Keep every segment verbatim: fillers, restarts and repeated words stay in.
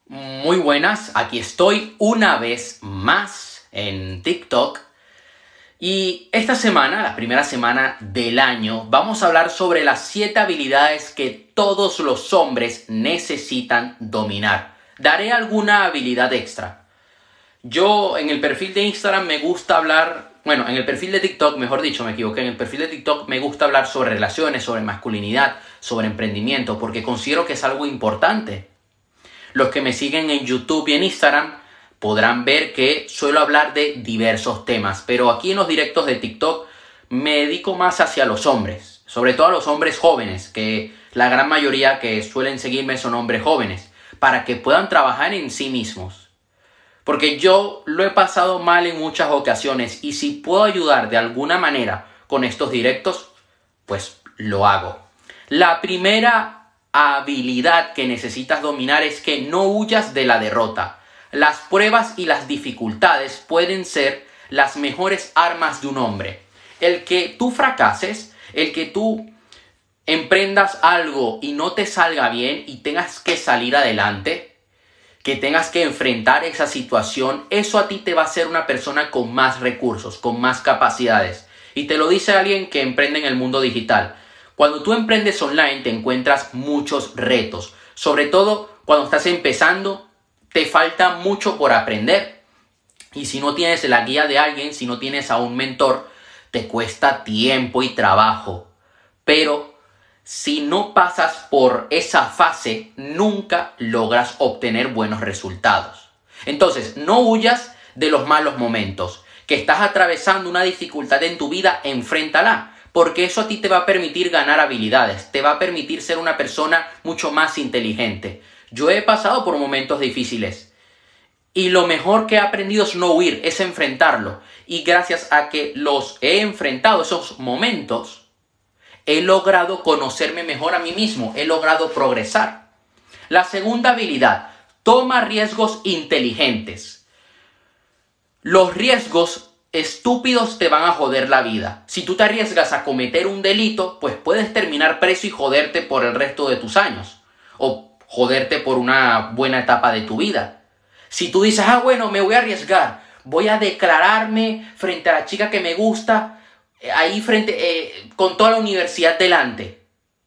Muy buenas, aquí estoy una vez más en TikTok y esta semana, la primera semana del año, vamos a hablar sobre las siete habilidades que todos los hombres necesitan dominar. Daré alguna habilidad extra. Yo en el perfil de Instagram me gusta hablar, bueno, en el perfil de TikTok, mejor dicho, me equivoqué, en el perfil de TikTok me gusta hablar sobre relaciones, sobre masculinidad, sobre emprendimiento, porque considero que es algo importante. Los que me siguen en YouTube y en Instagram podrán ver que suelo hablar de diversos temas, pero aquí en los directos de TikTok me dedico más hacia los hombres, sobre todo a los hombres jóvenes, que la gran mayoría que suelen seguirme son hombres jóvenes, para que puedan trabajar en sí mismos. Porque yo lo he pasado mal en muchas ocasiones y si puedo ayudar de alguna manera con estos directos, pues lo hago. La primera habilidad que necesitas dominar es que no huyas de la derrota. Las pruebas y las dificultades pueden ser las mejores armas de un hombre. El que tú fracases, el que tú emprendas algo y no te salga bien y tengas que salir adelante, que tengas que enfrentar esa situación, eso a ti te va a hacer una persona con más recursos, con más capacidades. Y te lo dice alguien que emprende en el mundo digital. Cuando tú emprendes online te encuentras muchos retos, sobre todo cuando estás empezando, te falta mucho por aprender y si no tienes la guía de alguien, si no tienes a un mentor, te cuesta tiempo y trabajo, pero si no pasas por esa fase, nunca logras obtener buenos resultados. Entonces, no huyas de los malos momentos, que estás atravesando una dificultad en tu vida, enfréntala. Porque eso a ti te va a permitir ganar habilidades, te va a permitir ser una persona mucho más inteligente. Yo he pasado por momentos difíciles y lo mejor que he aprendido es no huir, es enfrentarlo. Y gracias a que los he enfrentado, esos momentos, he logrado conocerme mejor a mí mismo, he logrado progresar. La segunda habilidad, toma riesgos inteligentes. Los riesgos estúpidos te van a joder la vida. Si tú te arriesgas a cometer un delito, pues puedes terminar preso y joderte por el resto de tus años. O joderte por una buena etapa de tu vida. Si tú dices, ah, bueno, me voy a arriesgar. Voy a declararme frente a la chica que me gusta, ahí frente, eh, con toda la universidad delante.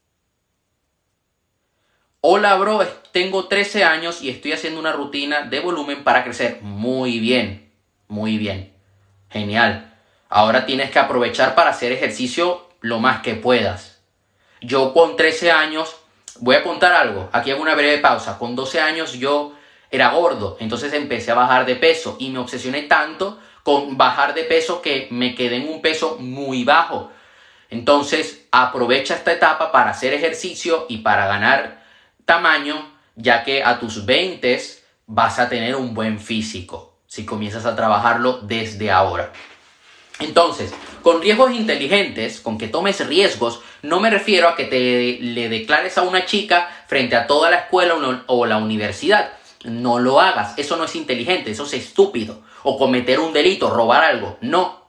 Hola, bro, tengo trece años y estoy haciendo una rutina de volumen para crecer. Muy bien, muy bien. Genial. Ahora tienes que aprovechar para hacer ejercicio lo más que puedas. Yo con trece años, voy a contar algo, aquí hago una breve pausa. Con doce años yo era gordo, entonces empecé a bajar de peso y me obsesioné tanto con bajar de peso que me quedé en un peso muy bajo. Entonces aprovecha esta etapa para hacer ejercicio y para ganar tamaño, ya que a tus veinte vas a tener un buen físico si comienzas a trabajarlo desde ahora. Entonces, con riesgos inteligentes, con que tomes riesgos, no me refiero a que te le declares a una chica frente a toda la escuela o la universidad. No lo hagas, eso no es inteligente, eso es estúpido. O cometer un delito, robar algo, no.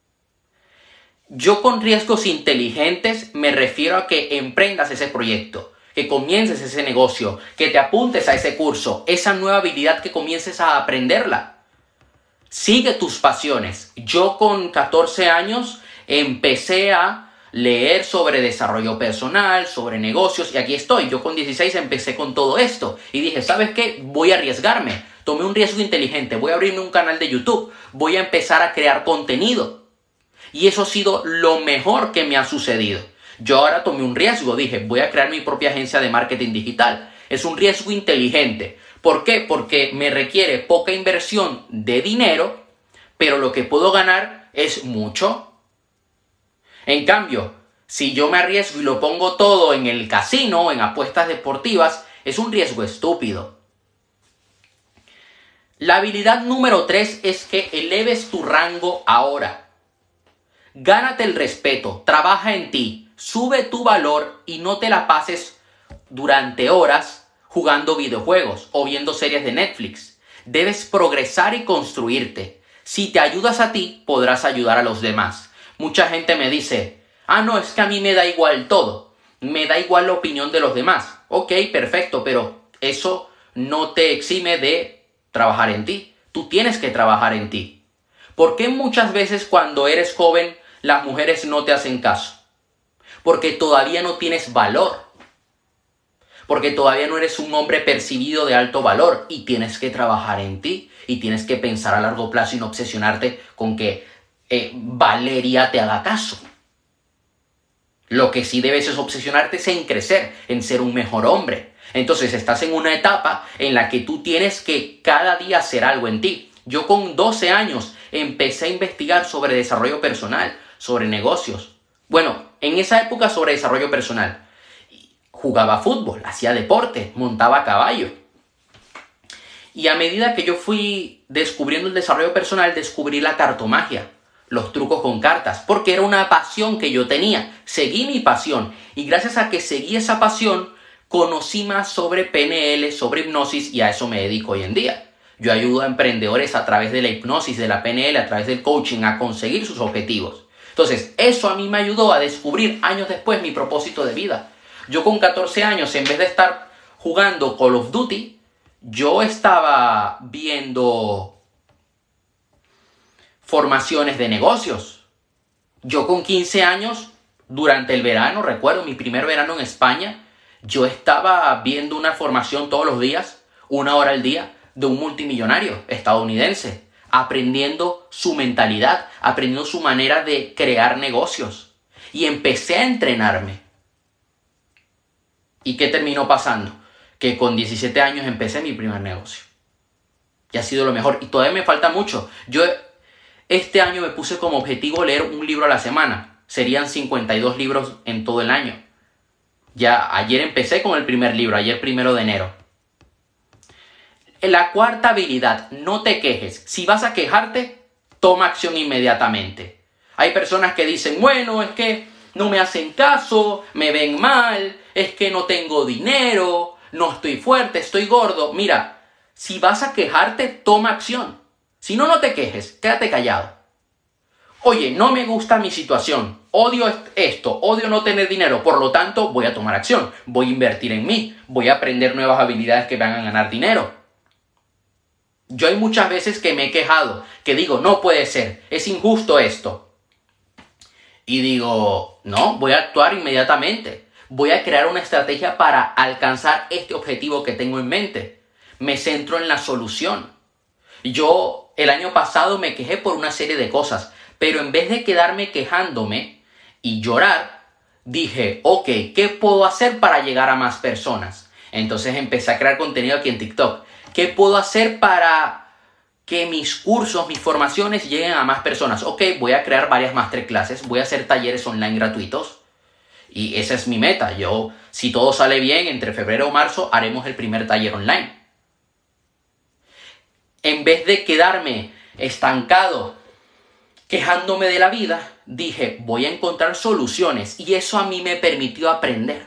Yo con riesgos inteligentes me refiero a que emprendas ese proyecto, que comiences ese negocio, que te apuntes a ese curso, esa nueva habilidad que comiences a aprenderla. Sigue tus pasiones. Yo con catorce años empecé a leer sobre desarrollo personal, sobre negocios y aquí estoy. Yo con dieciséis empecé con todo esto y dije, ¿sabes qué? Voy a arriesgarme. Tomé un riesgo inteligente. Voy a abrirme un canal de YouTube. Voy a empezar a crear contenido. Y eso ha sido lo mejor que me ha sucedido. Yo ahora tomé un riesgo. Dije, voy a crear mi propia agencia de marketing digital. Es un riesgo inteligente. ¿Por qué? Porque me requiere poca inversión de dinero, pero lo que puedo ganar es mucho. En cambio, si yo me arriesgo y lo pongo todo en el casino, en apuestas deportivas, es un riesgo estúpido. La habilidad número tres es que eleves tu rango ahora. Gánate el respeto, trabaja en ti, sube tu valor y no te la pases durante horas jugando videojuegos o viendo series de Netflix. Debes progresar y construirte. Si te ayudas a ti, podrás ayudar a los demás. Mucha gente me dice, ah, no, es que a mí me da igual todo. Me da igual la opinión de los demás. Ok, perfecto, pero eso no te exime de trabajar en ti. Tú tienes que trabajar en ti. ¿Por qué muchas veces cuando eres joven las mujeres no te hacen caso? Porque todavía no tienes valor. Porque todavía no eres un hombre percibido de alto valor y tienes que trabajar en ti y tienes que pensar a largo plazo y no obsesionarte con que eh, Valeria te haga caso. Lo que sí debes es obsesionarte es en crecer, en ser un mejor hombre. Entonces estás en una etapa en la que tú tienes que cada día hacer algo en ti. Yo con doce años empecé a investigar sobre desarrollo personal, sobre negocios. Bueno, en esa época sobre desarrollo personal. Jugaba fútbol, hacía deporte, montaba a caballo. Y a medida que yo fui descubriendo el desarrollo personal, descubrí la cartomagia, los trucos con cartas, porque era una pasión que yo tenía. Seguí mi pasión y gracias a que seguí esa pasión, conocí más sobre P N L, sobre hipnosis y a eso me dedico hoy en día. Yo ayudo a emprendedores a través de la hipnosis, de la P N L, a través del coaching, a conseguir sus objetivos. Entonces, eso a mí me ayudó a descubrir años después mi propósito de vida. Yo con catorce años, en vez de estar jugando Call of Duty, yo estaba viendo formaciones de negocios. Yo con quince años, durante el verano, recuerdo mi primer verano en España, yo estaba viendo una formación todos los días, una hora al día, de un multimillonario estadounidense, aprendiendo su mentalidad, aprendiendo su manera de crear negocios. Y empecé a entrenarme. ¿Y qué terminó pasando? Que con diecisiete años empecé mi primer negocio. Y ha sido lo mejor. Y todavía me falta mucho. Yo este año me puse como objetivo leer un libro a la semana. Serían cincuenta y dos libros en todo el año. Ya ayer empecé con el primer libro, ayer primero de enero. La cuarta habilidad, no te quejes. Si vas a quejarte, toma acción inmediatamente. Hay personas que dicen, bueno, es que no me hacen caso, me ven mal, es que no tengo dinero, no estoy fuerte, estoy gordo. Mira, si vas a quejarte, toma acción. Si no, no te quejes, quédate callado. Oye, no me gusta mi situación, odio esto, odio no tener dinero, por lo tanto voy a tomar acción, voy a invertir en mí, voy a aprender nuevas habilidades que me van a ganar dinero. Yo hay muchas veces que me he quejado, que digo, no puede ser, es injusto esto. Y digo, no, voy a actuar inmediatamente. Voy a crear una estrategia para alcanzar este objetivo que tengo en mente. Me centro en la solución. Yo el año pasado me quejé por una serie de cosas, pero en vez de quedarme quejándome y llorar, dije, ok, ¿qué puedo hacer para llegar a más personas? Entonces empecé a crear contenido aquí en TikTok. ¿Qué puedo hacer para que mis cursos, mis formaciones lleguen a más personas? Ok, voy a crear varias masterclasses, voy a hacer talleres online gratuitos. Y esa es mi meta. Yo, si todo sale bien, entre febrero o marzo haremos el primer taller online. En vez de quedarme estancado, quejándome de la vida, dije, voy a encontrar soluciones. Y eso a mí me permitió aprender.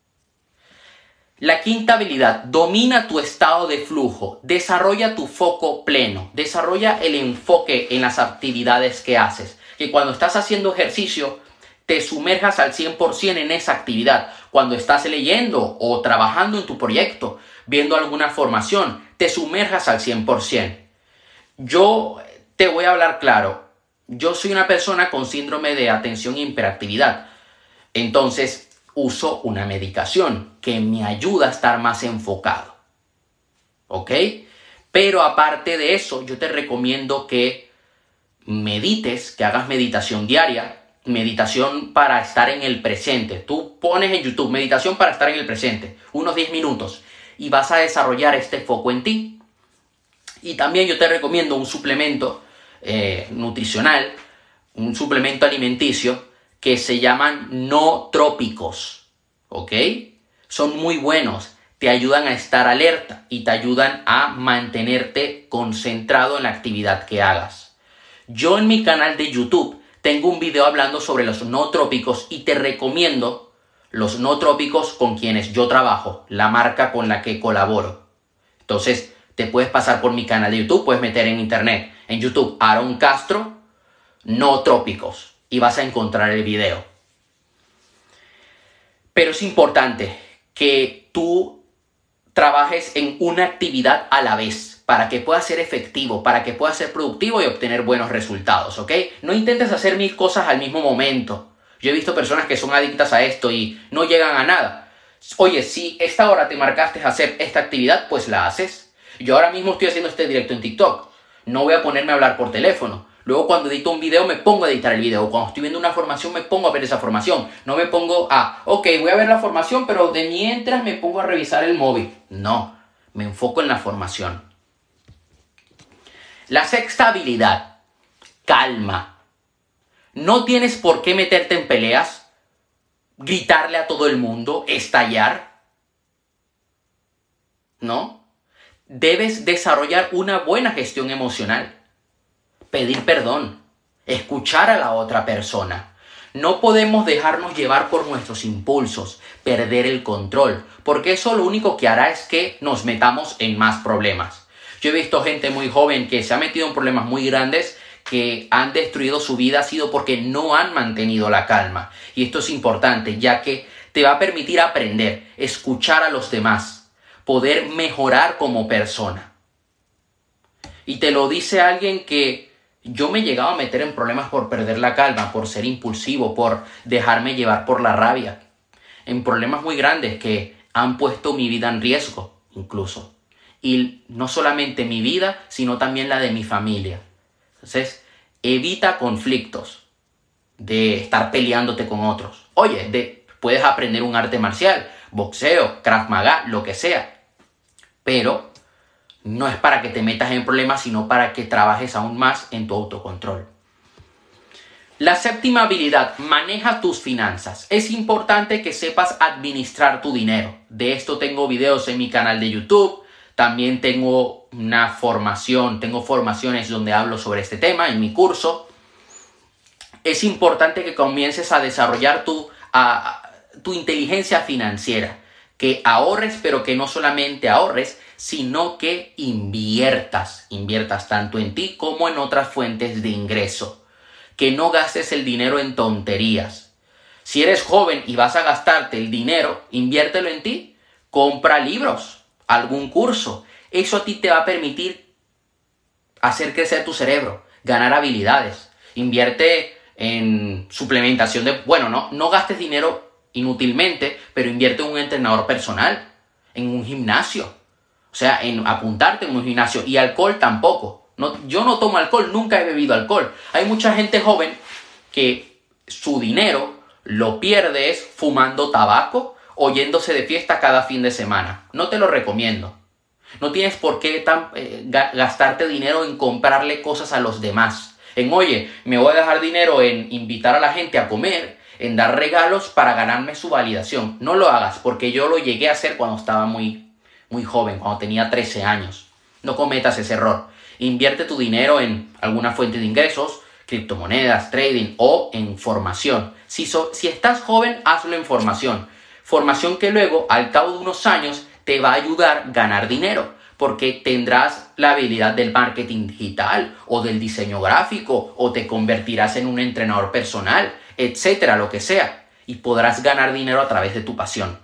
La quinta habilidad, domina tu estado de flujo, desarrolla tu foco pleno, desarrolla el enfoque en las actividades que haces. Que cuando estás haciendo ejercicio, te sumerjas al cien por ciento en esa actividad. Cuando estás leyendo o trabajando en tu proyecto, viendo alguna formación, te sumerjas al cien por ciento. Yo te voy a hablar claro, yo soy una persona con síndrome de atención e hiperactividad. Entonces, uso una medicación que me ayuda a estar más enfocado. ¿Ok? Pero aparte de eso, yo te recomiendo que medites, que hagas meditación diaria, meditación para estar en el presente. Tú pones en YouTube meditación para estar en el presente, unos diez minutos, y vas a desarrollar este foco en ti. Y también yo te recomiendo un suplemento eh, nutricional, un suplemento alimenticio, que se llaman nootrópicos, ¿ok? Son muy buenos, te ayudan a estar alerta y te ayudan a mantenerte concentrado en la actividad que hagas. Yo en mi canal de YouTube tengo un video hablando sobre los nootrópicos y te recomiendo los nootrópicos con quienes yo trabajo, la marca con la que colaboro. Entonces, te puedes pasar por mi canal de YouTube, puedes meter en internet, en YouTube, Aaron Castro, nootrópicos. Y vas a encontrar el video. Pero es importante que tú trabajes en una actividad a la vez para que puedas ser efectivo, para que puedas ser productivo y obtener buenos resultados, ¿ok? No intentes hacer mil cosas al mismo momento. Yo he visto personas que son adictas a esto y no llegan a nada. Oye, si esta hora te marcaste a hacer esta actividad, pues la haces. Yo ahora mismo estoy haciendo este directo en TikTok. No voy a ponerme a hablar por teléfono. Luego cuando edito un video me pongo a editar el video. Cuando estoy viendo una formación me pongo a ver esa formación. No me pongo a, ok, voy a ver la formación, pero de mientras me pongo a revisar el móvil. No, me enfoco en la formación. La sexta habilidad, calma. No tienes por qué meterte en peleas, gritarle a todo el mundo, estallar. ¿No? Debes desarrollar una buena gestión emocional. Pedir perdón, escuchar a la otra persona. No podemos dejarnos llevar por nuestros impulsos, perder el control, porque eso lo único que hará es que nos metamos en más problemas. Yo he visto gente muy joven que se ha metido en problemas muy grandes, que han destruido su vida, ha sido porque no han mantenido la calma. Y esto es importante, ya que te va a permitir aprender, escuchar a los demás, poder mejorar como persona. Y te lo dice alguien que yo me he llegado a meter en problemas por perder la calma, por ser impulsivo, por dejarme llevar por la rabia. En problemas muy grandes que han puesto mi vida en riesgo, incluso. Y no solamente mi vida, sino también la de mi familia. Entonces, evita conflictos de estar peleándote con otros. Oye, de, puedes aprender un arte marcial, boxeo, Krav Maga, lo que sea. Pero no es para que te metas en problemas, sino para que trabajes aún más en tu autocontrol. La séptima habilidad, maneja tus finanzas. Es importante que sepas administrar tu dinero. De esto tengo videos en mi canal de YouTube. También tengo una formación, tengo formaciones donde hablo sobre este tema en mi curso. Es importante que comiences a desarrollar tu, a, tu inteligencia financiera. Que ahorres, pero que no solamente ahorres, sino que inviertas. Inviertas tanto en ti como en otras fuentes de ingreso. Que no gastes el dinero en tonterías. Si eres joven y vas a gastarte el dinero, inviértelo en ti. Compra libros, algún curso. Eso a ti te va a permitir hacer crecer tu cerebro, ganar habilidades. Invierte en suplementación de... Bueno, no, no gastes dinero inútilmente, pero invierte en un entrenador personal, en un gimnasio. O sea, en apuntarte en un gimnasio. Y alcohol tampoco. No, yo no tomo alcohol, nunca he bebido alcohol. Hay mucha gente joven que su dinero lo pierde es fumando tabaco o yéndose de fiesta cada fin de semana. No te lo recomiendo. No tienes por qué tan, eh, gastarte dinero en comprarle cosas a los demás. En, oye, me voy a dejar dinero en invitar a la gente a comer, en dar regalos para ganarme su validación. No lo hagas, porque yo lo llegué a hacer cuando estaba muy, muy joven, cuando tenía trece años. No cometas ese error. Invierte tu dinero en alguna fuente de ingresos, criptomonedas, trading o en formación. Si, so, si estás joven, hazlo en formación. Formación que luego, al cabo de unos años, te va a ayudar a ganar dinero, porque tendrás la habilidad del marketing digital o del diseño gráfico o te convertirás en un entrenador personal, etcétera, lo que sea, y podrás ganar dinero a través de tu pasión.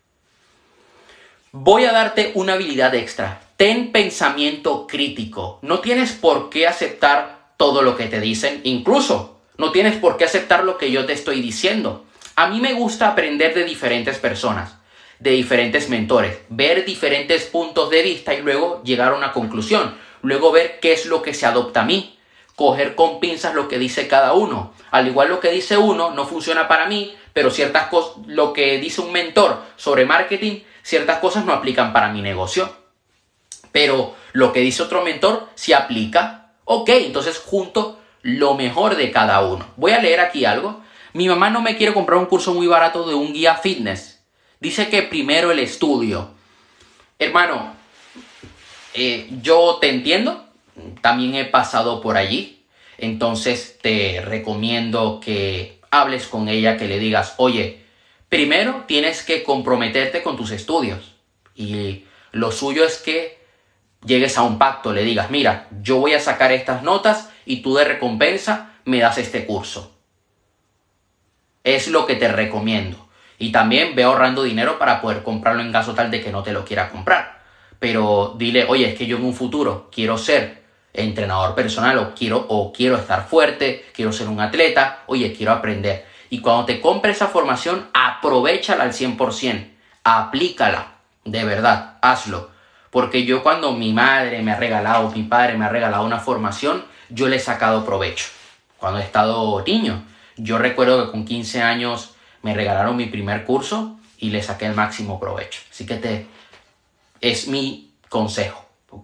Voy a darte una habilidad extra. Ten pensamiento crítico. No tienes por qué aceptar todo lo que te dicen, incluso no tienes por qué aceptar lo que yo te estoy diciendo. A mí me gusta aprender de diferentes personas, de diferentes mentores, ver diferentes puntos de vista y luego llegar a una conclusión, luego ver qué es lo que se adopta a mí, coger con pinzas lo que dice cada uno. Al igual lo que dice uno no funciona para mí, pero ciertas cosas, lo que dice un mentor sobre marketing, ciertas cosas no aplican para mi negocio. Pero lo que dice otro mentor sí aplica. Ok, entonces junto lo mejor de cada uno. Voy a leer aquí algo. Mi mamá no me quiere comprar un curso muy barato de un guía fitness. Dice que primero el estudio. Hermano, eh, yo te entiendo. También he pasado por allí. Entonces te recomiendo que hables con ella, que le digas, oye, primero tienes que comprometerte con tus estudios. Y lo suyo es que llegues a un pacto, le digas, mira, yo voy a sacar estas notas y tú de recompensa me das este curso. Es lo que te recomiendo. Y también ve ahorrando dinero para poder comprarlo en caso tal de que no te lo quiera comprar. Pero dile, oye, es que yo en un futuro quiero ser entrenador personal o quiero, o quiero estar fuerte, quiero ser un atleta, oye, quiero aprender. Y cuando te compre esa formación, aprovéchala al cien por ciento, aplícala, de verdad, hazlo. Porque yo cuando mi madre me ha regalado, mi padre me ha regalado una formación, yo le he sacado provecho. Cuando he estado niño, yo recuerdo que con quince años me regalaron mi primer curso y le saqué el máximo provecho. Así que te, es mi consejo, ¿ok?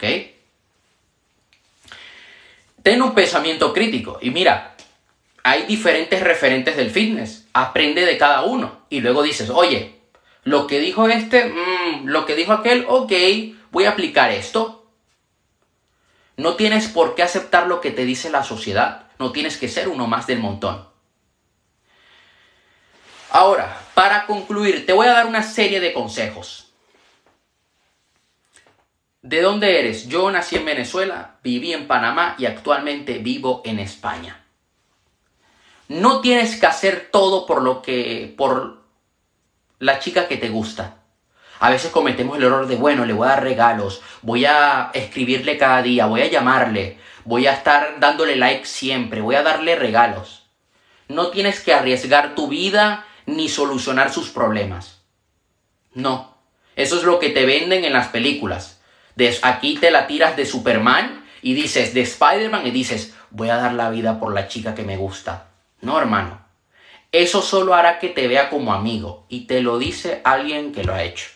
Ten un pensamiento crítico y mira, hay diferentes referentes del fitness. Aprende de cada uno y luego dices, oye, lo que dijo este, mmm, lo que dijo aquel, ok, voy a aplicar esto. No tienes por qué aceptar lo que te dice la sociedad. No tienes que ser uno más del montón. Ahora, para concluir, te voy a dar una serie de consejos. ¿De dónde eres? Yo nací en Venezuela, viví en Panamá y actualmente vivo en España. No tienes que hacer todo por lo que, por la chica que te gusta. A veces cometemos el error de, bueno, le voy a dar regalos, voy a escribirle cada día, voy a llamarle, voy a estar dándole like siempre, voy a darle regalos. No tienes que arriesgar tu vida ni solucionar sus problemas. No, eso es lo que te venden en las películas. De, aquí te la tiras de Superman y dices, de Spider-Man y dices, voy a dar la vida por la chica que me gusta. No, hermano. Eso solo hará que te vea como amigo y te lo dice alguien que lo ha hecho.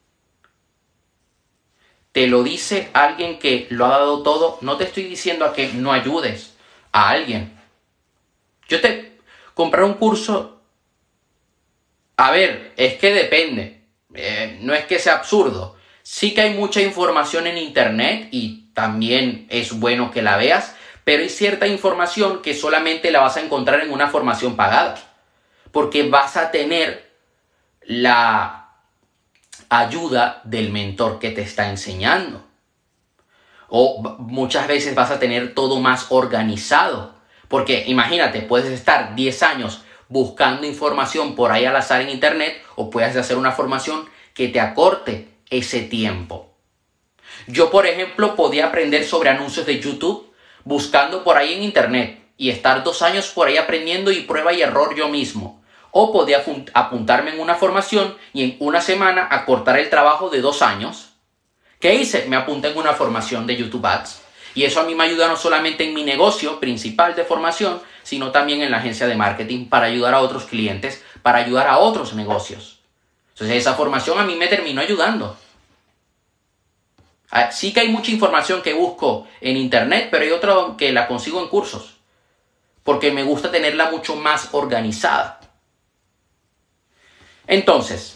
Te lo dice alguien que lo ha dado todo. No te estoy diciendo a que no ayudes a alguien. Yo te compré un curso. A ver, es que depende. Eh, no es que sea absurdo. Sí que hay mucha información en internet y también es bueno que la veas, pero hay cierta información que solamente la vas a encontrar en una formación pagada. Porque vas a tener la ayuda del mentor que te está enseñando. O muchas veces vas a tener todo más organizado. Porque imagínate, puedes estar diez años buscando información por ahí al azar en internet o puedes hacer una formación que te acorte ese tiempo. Yo, por ejemplo, podía aprender sobre anuncios de YouTube buscando por ahí en internet y estar dos años por ahí aprendiendo y prueba y error yo mismo. O podía apuntarme en una formación y en una semana acortar el trabajo de dos años. ¿Qué hice? Me apunté en una formación de YouTube Ads. Y eso a mí me ayuda no solamente en mi negocio principal de formación, sino también en la agencia de marketing para ayudar a otros clientes, para ayudar a otros negocios. Entonces esa formación a mí me terminó ayudando. Sí que hay mucha información que busco en internet, pero hay otra que la consigo en cursos. Porque me gusta tenerla mucho más organizada. Entonces,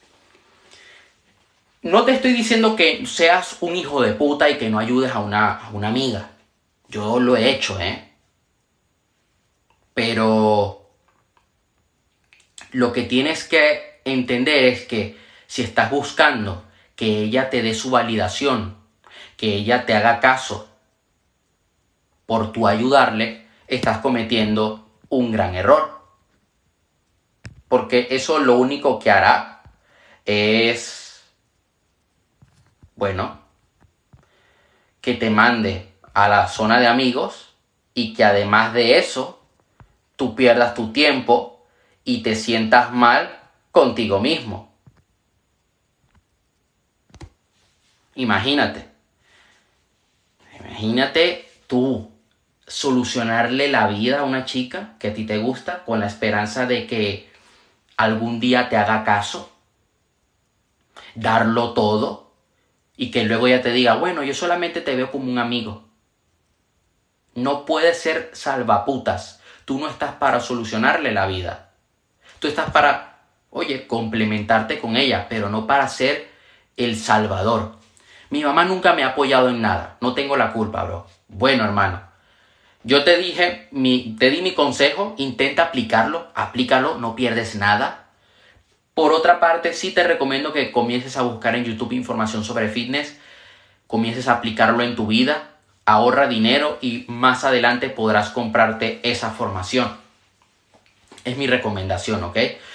no te estoy diciendo que seas un hijo de puta y que no ayudes a una, a una amiga. Yo lo he hecho, ¿eh? Pero lo que tienes que entender es que si estás buscando que ella te dé su validación, que ella te haga caso por tu ayudarle, estás cometiendo un gran error. Porque eso lo único que hará es, bueno, que te mande a la zona de amigos y que además de eso, tú pierdas tu tiempo y te sientas mal contigo mismo. Imagínate. Imagínate tú solucionarle la vida a una chica que a ti te gusta con la esperanza de que algún día te haga caso, darlo todo y que luego ella te diga, bueno, yo solamente te veo como un amigo. No puedes ser salvaputas. Tú no estás para solucionarle la vida. Tú estás para, oye, complementarte con ella, pero no para ser el salvador. Mi mamá nunca me ha apoyado en nada. No tengo la culpa, bro. Bueno, hermano. Yo te dije, mi, te di mi consejo, intenta aplicarlo, aplícalo, no pierdes nada. Por otra parte, sí te recomiendo que comiences a buscar en YouTube información sobre fitness, comiences a aplicarlo en tu vida, ahorra dinero y más adelante podrás comprarte esa formación. Es mi recomendación, ¿ok?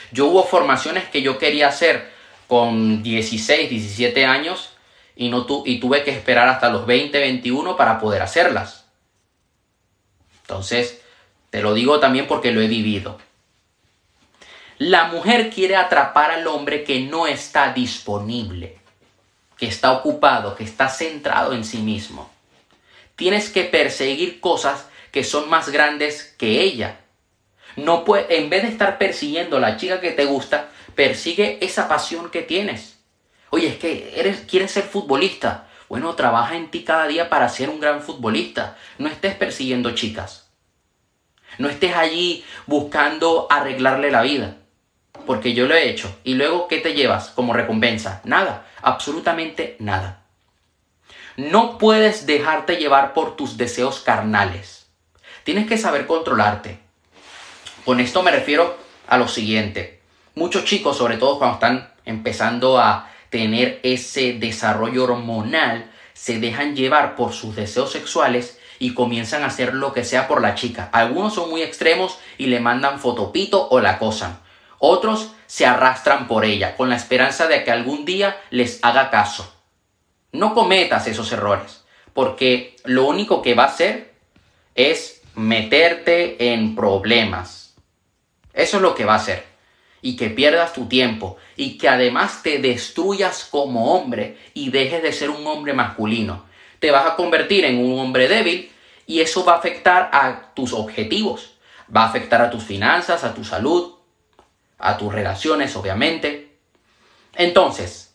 Yo hubo formaciones que yo quería hacer con dieciséis, diecisiete años y, no tu- y tuve que esperar hasta los veinte, veintiuno para poder hacerlas. Entonces, te lo digo también porque lo he vivido. La mujer quiere atrapar al hombre que no está disponible, que está ocupado, que está centrado en sí mismo. Tienes que perseguir cosas que son más grandes que ella. No puede, en vez de estar persiguiendo a la chica que te gusta, persigue esa pasión que tienes. Oye, es que eres, quieres ser futbolista. Bueno, trabaja en ti cada día para ser un gran futbolista. No estés persiguiendo chicas. No estés allí buscando arreglarle la vida. Porque yo lo he hecho. Y luego, ¿qué te llevas como recompensa? Nada. Absolutamente nada. No puedes dejarte llevar por tus deseos carnales. Tienes que saber controlarte. Con esto me refiero a lo siguiente. Muchos chicos, sobre todo cuando están empezando a tener ese desarrollo hormonal, se dejan llevar por sus deseos sexuales y comienzan a hacer lo que sea por la chica. Algunos son muy extremos y le mandan fotopito o la acosan. Otros se arrastran por ella con la esperanza de que algún día les haga caso. No cometas esos errores, porque lo único que va a hacer es meterte en problemas. Eso es lo que va a hacer. Y que pierdas tu tiempo. Y que además te destruyas como hombre y dejes de ser un hombre masculino. Te vas a convertir en un hombre débil y eso va a afectar a tus objetivos. Va a afectar a tus finanzas, a tu salud, a tus relaciones, obviamente. Entonces,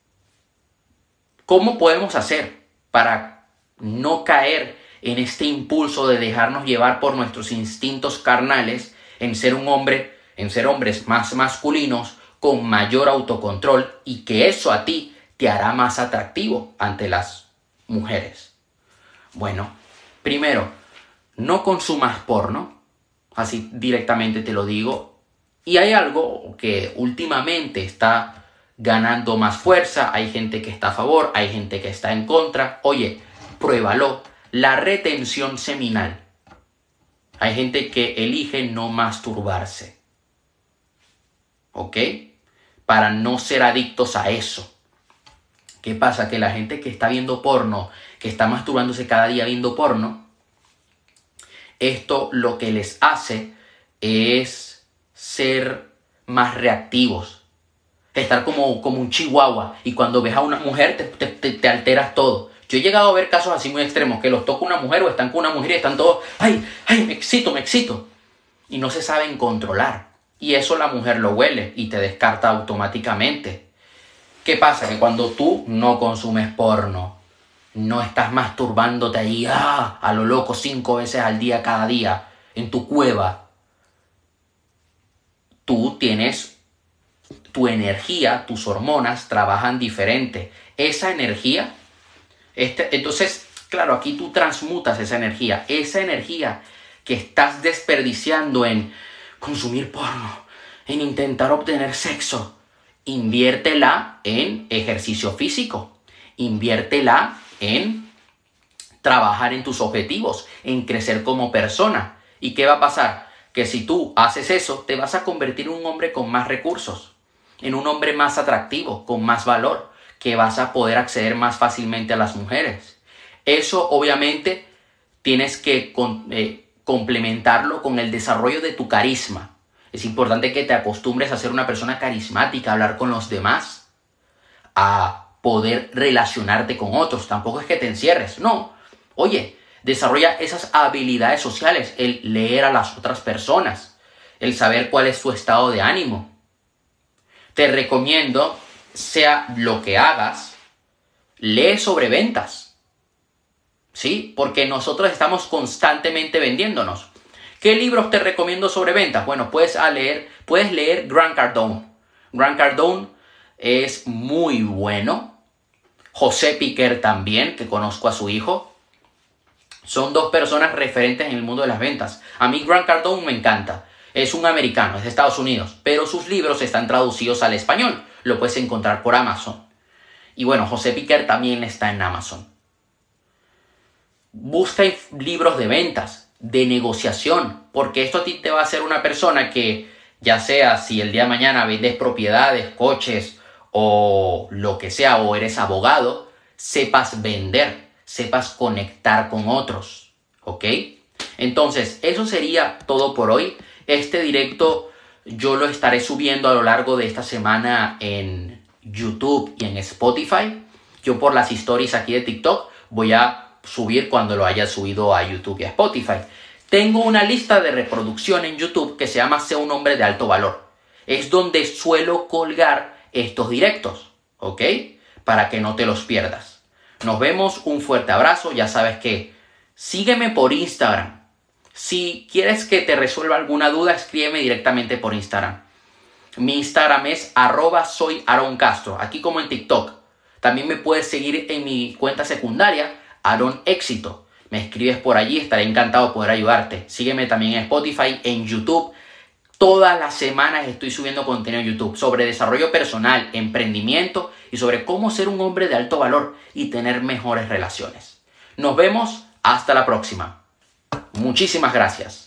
¿cómo podemos hacer para no caer en este impulso de dejarnos llevar por nuestros instintos carnales en ser un hombre, en ser hombres más masculinos, con mayor autocontrol y que eso a ti te hará más atractivo ante las mujeres? Bueno, primero, no consumas porno, así directamente te lo digo. Y hay algo que últimamente está ganando más fuerza, hay gente que está a favor, hay gente que está en contra. Oye, pruébalo, la retención seminal. Hay gente que elige no masturbarse, ¿ok? Para no ser adictos a eso. ¿Qué pasa? Que la gente que está viendo porno, que está masturbándose cada día viendo porno, esto lo que les hace es ser más reactivos, estar como, como un chihuahua, y cuando ves a una mujer te, te, te, te alteras todo. Yo he llegado a ver casos así muy extremos, que los toca una mujer o están con una mujer y están todos, ay, ay, me excito, me excito, y no se saben controlar, y eso la mujer lo huele y te descarta automáticamente. ¿Qué pasa? Que cuando tú no consumes porno, no estás masturbándote ahí ah, a lo loco cinco veces al día cada día en tu cueva, tú tienes tu energía, tus hormonas trabajan diferente. Esa energía, este, entonces, claro, aquí tú transmutas esa energía. Esa energía que estás desperdiciando en consumir porno, en intentar obtener sexo, inviértela en ejercicio físico. Inviértela en trabajar en tus objetivos, en crecer como persona. ¿Y qué va a pasar? Que si tú haces eso, te vas a convertir en un hombre con más recursos, en un hombre más atractivo, con más valor, que vas a poder acceder más fácilmente a las mujeres. Eso obviamente tienes que con, eh, complementarlo con el desarrollo de tu carisma. Es importante que te acostumbres a ser una persona carismática, a hablar con los demás, a poder relacionarte con otros. Tampoco es que te encierres, no. Oye, desarrolla esas habilidades sociales, el leer a las otras personas, el saber cuál es su estado de ánimo. Te recomiendo, sea lo que hagas, lee sobre ventas. ¿Sí? Porque nosotros estamos constantemente vendiéndonos. ¿Qué libros te recomiendo sobre ventas? Bueno, puedes leer, puedes leer Grant Cardone. Grant Cardone es muy bueno. José Piquer también, que conozco a su hijo. Son dos personas referentes en el mundo de las ventas. A mí Grant Cardone me encanta. Es un americano, es de Estados Unidos, pero sus libros están traducidos al español. Lo puedes encontrar por Amazon. Y bueno, José Piquer también está en Amazon. Busca libros de ventas, de negociación, porque esto a ti te va a hacer una persona que ya sea si el día de mañana vendes propiedades, coches o lo que sea, o eres abogado, sepas vender, sepas conectar con otros, ¿ok? Entonces, eso sería todo por hoy. Este directo yo lo estaré subiendo a lo largo de esta semana en YouTube y en Spotify. Yo por las stories aquí de TikTok voy a subir cuando lo haya subido a YouTube y a Spotify. Tengo una lista de reproducción en YouTube que se llama Sé un hombre de alto valor. Es donde suelo colgar estos directos, ¿ok? Para que no te los pierdas. Nos vemos, un fuerte abrazo. Ya sabes que sígueme por Instagram. Si quieres que te resuelva alguna duda, escríbeme directamente por Instagram. Mi Instagram es arroba soy Aaron Castro, aquí como en TikTok. También me puedes seguir en mi cuenta secundaria, Aaron Éxito. Me escribes por allí, estaré encantado de poder ayudarte. Sígueme también en Spotify, en YouTube. Todas las semanas estoy subiendo contenido en YouTube sobre desarrollo personal, emprendimiento y sobre cómo ser un hombre de alto valor y tener mejores relaciones. Nos vemos, hasta la próxima. Muchísimas gracias.